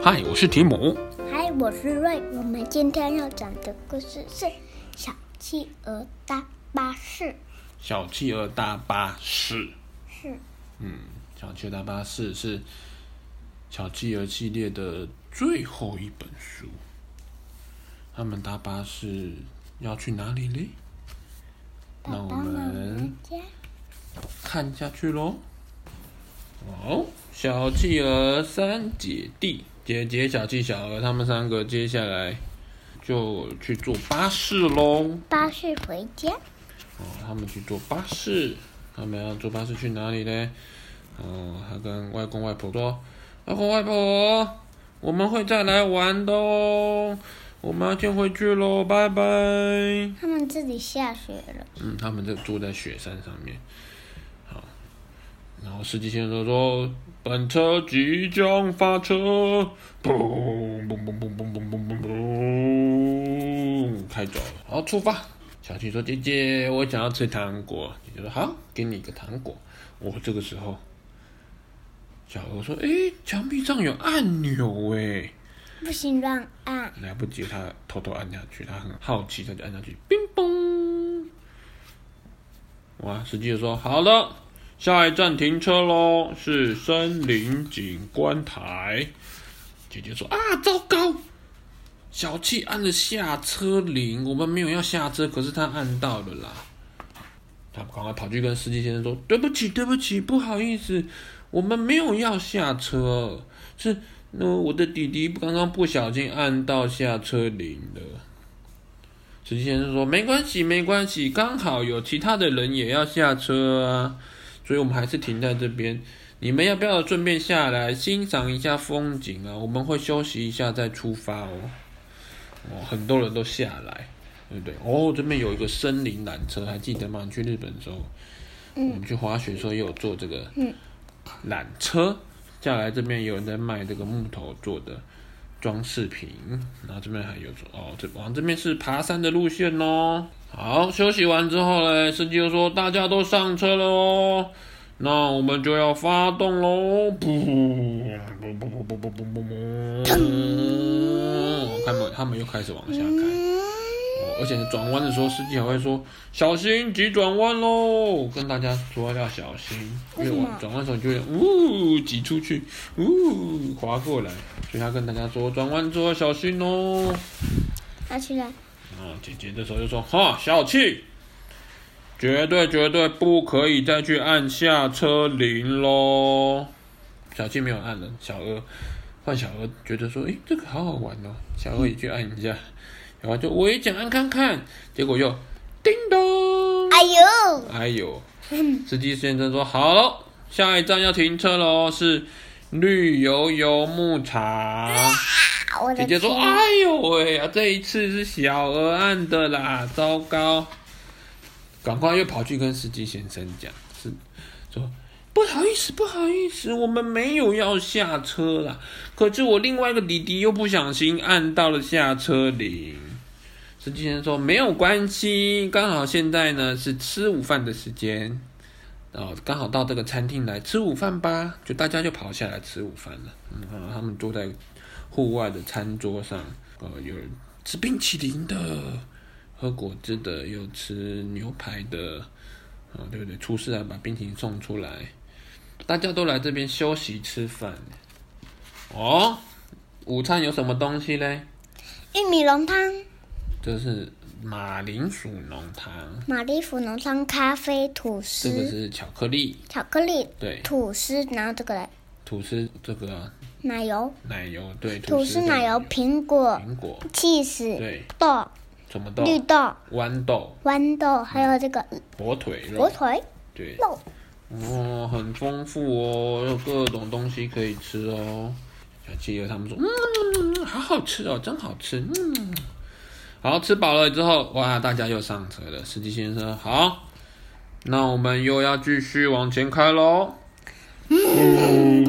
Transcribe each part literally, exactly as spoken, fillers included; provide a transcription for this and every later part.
嗨，我是提姆。 嗨，我是瑞。我们今天要讲的故事是小企鹅搭巴士。 小企鹅搭巴士。 是。 嗯，小企鹅搭巴士是小企鹅系列的最后一本书。他们搭巴士要去哪里嘞？那我们看下去咯。好，小企鹅三姐弟，姐姐、小企、小鹅，他们三个接下来就去坐巴士咯。 巴士回家。 哦，他们去坐巴士，他们要坐巴士去哪里呢？哦，他跟外公外婆说：“外公外婆，我们会再来玩的哦，我们要先回去咯，拜拜。” 他们自己下雪了。 嗯，他们就坐在雪山上面。好，然后司机先生说：“本车即将发车，嘣嘣嘣嘣嘣嘣嘣嘣嘣，开走了。好，出发。”小七说：“姐姐，我想要吃糖果。”姐姐说：“好，给你一个糖果。”哦，这个时候，小鹅说：“诶，墙壁上有按钮诶。” 不行乱按。 来不及，他偷偷按下去，他很好奇，他就按下去，乒嘣！哇，司机就说：“好了，下一站停车咯，是森林景观台。”姐姐说：“啊，糟糕！小气按了下车铃，我们没有要下车，可是他按到了啦。”他赶快跑去跟司机先生说：“对不起，对不起，不好意思，我们没有要下车，是那我的弟弟刚刚不小心按到下车铃了。”司机先生说：“没关系，没关系，刚好有其他的人也要下车啊，所以我们还是停在这边。你们要不要顺便下来欣赏一下风景啊？我们会休息一下再出发哦。”哦，很多人都下来，对不对？哦，这边有一个森林缆车，还记得吗？你去日本的时候，嗯、我们去滑雪的时候也有坐这个缆车下来。这边有人在卖这个木头做的装饰品，然后这边还有哦，这往这边是爬山的路线哦。好，休息完之后呢，司机就说大家都上车了哦，那我们就要发动喽！噗噗噗噗噗噗噗噗。他们他们又开始往下开，哦，而且转弯的时候，司机还会说小心急转弯喽，跟大家说要小心，因为往转弯的时候你就会呜挤出去，呜滑过来，所以他跟大家说转弯之后要小心哦。 下去了。 哦，姐姐这时候就说：“哈，小气，绝对绝对不可以再去按下车铃咯。”小气没有按了，小鹅。换小鹅觉得说：“诶，这个好好玩哦！”小鹅也去按一下，然后就我也想按看看，结果又叮咚！ 哎呦！ 哎呦！司机先生说：“好了，下一站要停车了哦，是绿油油牧场。啊”姐姐说：“哎呦喂啊，这一次是小鹅按的啦，糟糕！”赶快又跑去跟司机先生讲，是说。不好意思，不好意思，我们没有要下车啦。可是我另外一个弟弟又不小心按到了下车铃。司机先生说没有关系，刚好现在呢是吃午饭的时间，哦，刚好到这个餐厅来吃午饭吧，就大家就跑下来吃午饭了。嗯，他们坐在户外的餐桌上，呃，有人吃冰淇淋的，喝果汁的，有吃牛排的，啊、哦，对不对？厨师还把冰淇淋送出来。大家都来这边休息吃饭哦。午餐有什么东西嘞？ 玉米浓汤。 这是马铃薯浓汤。 马铃薯浓汤，咖啡，吐司。 这个是巧克力。 巧克力。 对。 吐司，然后这个嘞。 吐司这个、啊。 奶油。 奶油对。 吐司奶油，苹果。 苹果。 cheese。 对。 豆。 什么豆？ 绿豆。 豌豆。 豌豆，还有这个。 火腿肉。 火腿。 对。 肉。 哦，很丰富哦，有各种东西可以吃哦。小企鹅他们说：“嗯，好好吃哦，真好吃。”嗯，好，吃饱了之后，哇，大家又上车了。司机先生，好，那我们又要继续往前开喽。嗯，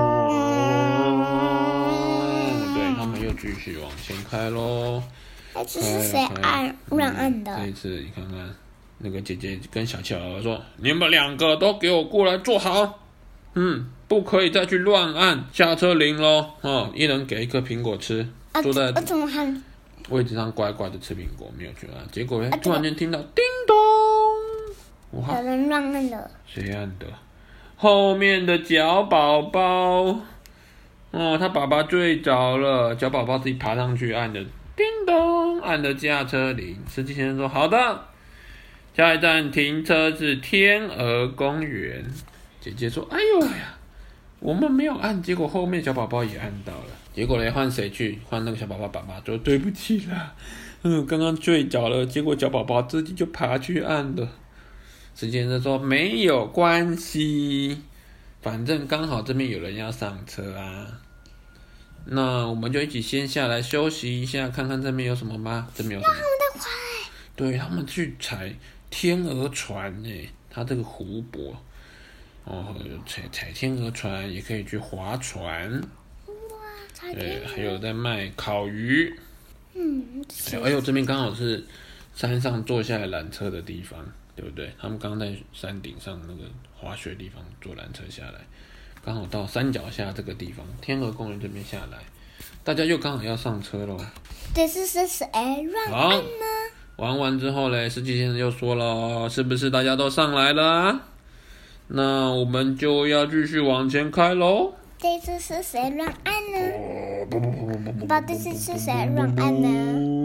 对，他们又继续往前开喽。 这是谁按乱按的？ 这一次你看看。那个姐姐跟小企鹅说：“你们两个都给我过来坐好。” 嗯，不可以再去乱按下车铃咯。哦，一人给一颗苹果吃， 啊、 坐在我怎么喊？ 位置上乖乖的吃苹果，没有去按。结果呢， 啊、 突然间听到叮咚，哇， 有人乱按了。 谁按的？后面的小宝宝。哦，他爸爸睡着了，小宝宝自己爬上去按的，叮咚，按的下车铃。司机先生说：“好的，下一站停车是天鹅公园。”姐姐说：“哎呦呀，我们没有按，结果后面小宝宝也按到了。结果呢，换谁去？换那个小宝宝爸爸说：对不起啦，嗯，刚刚睡着了，结果小宝宝自己就爬去按了。”司机先生说：“没有关系。”反正刚好这边有人要上车啊，那我们就一起先下来休息一下，看看这边有什么吗？这边有什么？ 他们在滑。 对，他们去踩天鹅船诶，它这个湖泊，哦，踩踩天鹅船也可以去划船。 哇，踩天对， 鹅。 还有在卖烤鱼。 嗯， 哎呦，这边刚好是山上坐下来缆车的地方。对不对？他们刚刚在山顶上那个滑雪的地方坐缆车下来，刚好到山脚下这个地方，天鹅公园这边下来，大家又刚好要上车咯。 这是是谁乱按呢？ 玩完之后嘞，司机先生又说了，是不是大家都上来了？那我们就要继续往前开咯。 这次是谁乱按呢？不不不不不不！到底是是谁乱按呢？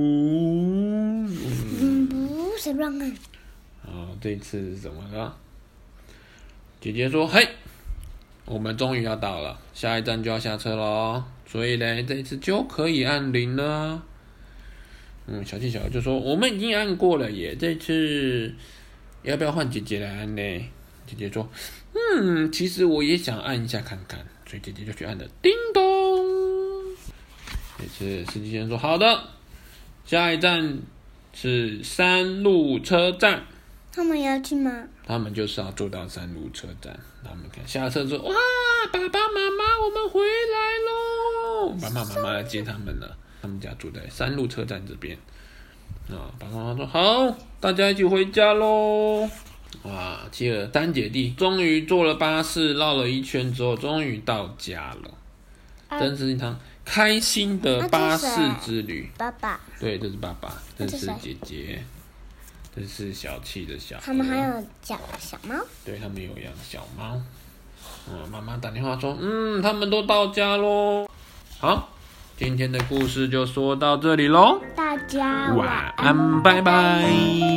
嗯，不是乱按。 哦，这次是怎么了？姐姐说：“嘿，我们终于要到了，下一站就要下车咯，所以呢，这次就可以按铃了。”嗯，小七小就说：“我们已经按过了耶，这次要不要换姐姐来按呢？”姐姐说：“嗯，其实我也想按一下看看。”所以姐姐就去按了，叮咚。这次司机先生说：“好的，下一站是山路车站。” 他们要去吗？ 他们就是要坐到山路车站。他们看下车说：“哇，爸爸妈妈，我们回来喽！”爸爸妈妈来接他们了。他们家住在山路车站这边。啊，爸爸妈妈说：“好，大家一起回家喽！”哇，企鹅三姐弟终于坐了巴士，绕了一圈之后，终于到家了。啊、真是一趟开心的巴士之旅。 爸爸， 对，这是爸爸，这是姐姐。这是小气的小， 他们还有小小猫， 对，他们有养小猫。嗯，妈妈打电话说，嗯，他们都到家咯。好，今天的故事就说到这里咯， 大家晚安，拜拜。